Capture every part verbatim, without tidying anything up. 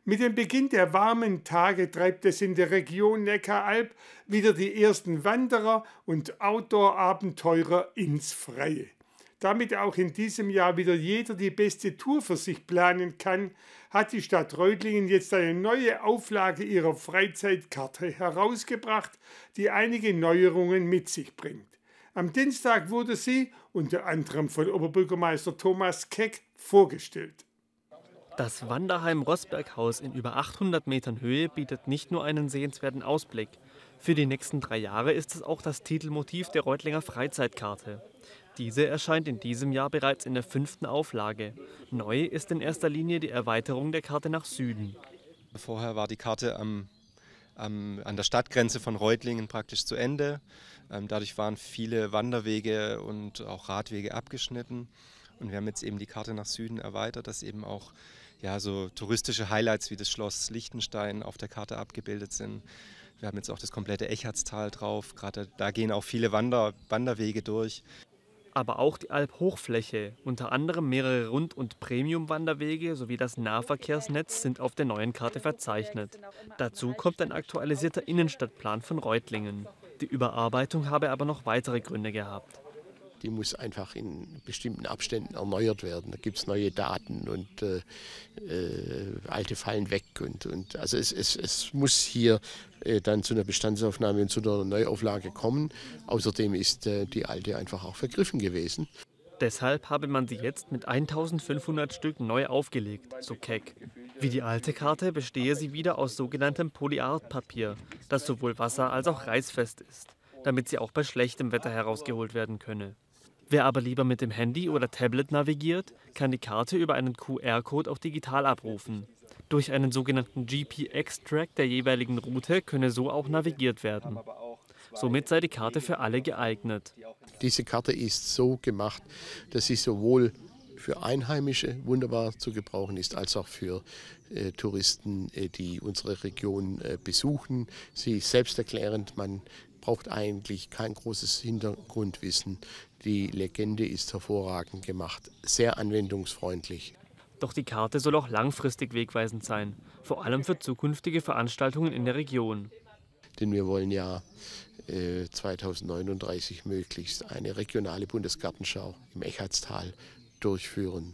Mit dem Beginn der warmen Tage treibt es in der Region Neckaralb wieder die ersten Wanderer und Outdoor-Abenteurer ins Freie. Damit auch in diesem Jahr wieder jeder die beste Tour für sich planen kann, hat die Stadt Reutlingen jetzt eine neue Auflage ihrer Freizeitkarte herausgebracht, die einige Neuerungen mit sich bringt. Am Dienstag wurde sie, unter anderem von Oberbürgermeister Thomas Keck, vorgestellt. Das Wanderheim Roßberghaus in über achthundert Metern Höhe bietet nicht nur einen sehenswerten Ausblick. Für die nächsten drei Jahre ist es auch das Titelmotiv der Reutlinger Freizeitkarte. Diese erscheint in diesem Jahr bereits in der fünften Auflage. Neu ist in erster Linie die Erweiterung der Karte nach Süden. Vorher war die Karte am, am, an der Stadtgrenze von Reutlingen praktisch zu Ende. Ähm, dadurch waren viele Wanderwege und auch Radwege abgeschnitten. Und wir haben jetzt eben die Karte nach Süden erweitert, dass eben auch ja, so touristische Highlights wie das Schloss Liechtenstein auf der Karte abgebildet sind. Wir haben jetzt auch das komplette Echartstal drauf. Gerade da gehen auch viele Wander, Wanderwege durch. Aber auch die Alphochfläche, unter anderem mehrere Rund- und Premium-Wanderwege sowie das Nahverkehrsnetz sind auf der neuen Karte verzeichnet. Dazu kommt ein aktualisierter Innenstadtplan von Reutlingen. Die Überarbeitung habe aber noch weitere Gründe gehabt. Die muss einfach in bestimmten Abständen erneuert werden. Da gibt es neue Daten und äh, äh, alte fallen weg. Und, und also es, es, es muss hier äh, dann zu einer Bestandsaufnahme und zu einer Neuauflage kommen. Außerdem ist äh, die alte einfach auch vergriffen gewesen. Deshalb habe man sie jetzt mit eintausendfünfhundert Stück neu aufgelegt, so Keck. Wie die alte Karte bestehe sie wieder aus sogenanntem Polyartpapier, das sowohl wasser- als auch reißfest ist, damit sie auch bei schlechtem Wetter herausgeholt werden könne. Wer aber lieber mit dem Handy oder Tablet navigiert, kann die Karte über einen Q R-Code auch digital abrufen. Durch einen sogenannten G P X-Track der jeweiligen Route könne so auch navigiert werden. Somit sei die Karte für alle geeignet. Diese Karte ist so gemacht, dass sie sowohl für Einheimische wunderbar zu gebrauchen ist, als auch für äh, Touristen, äh, die unsere Region äh, besuchen. Sie ist selbsterklärend, man braucht eigentlich kein großes Hintergrundwissen. Die Legende ist hervorragend gemacht, sehr anwendungsfreundlich. Doch die Karte soll auch langfristig wegweisend sein, vor allem für zukünftige Veranstaltungen in der Region. Denn wir wollen ja äh, zweitausendneununddreißig möglichst eine regionale Bundesgartenschau im Echartstal durchführen.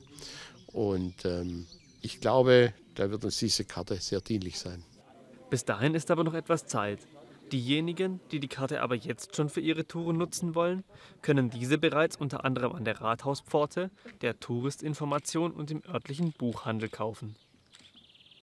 Und ähm, ich glaube, da wird uns diese Karte sehr dienlich sein. Bis dahin ist aber noch etwas Zeit. Diejenigen, die die Karte aber jetzt schon für ihre Touren nutzen wollen, können diese bereits unter anderem an der Rathauspforte, der Touristinformation und im örtlichen Buchhandel kaufen.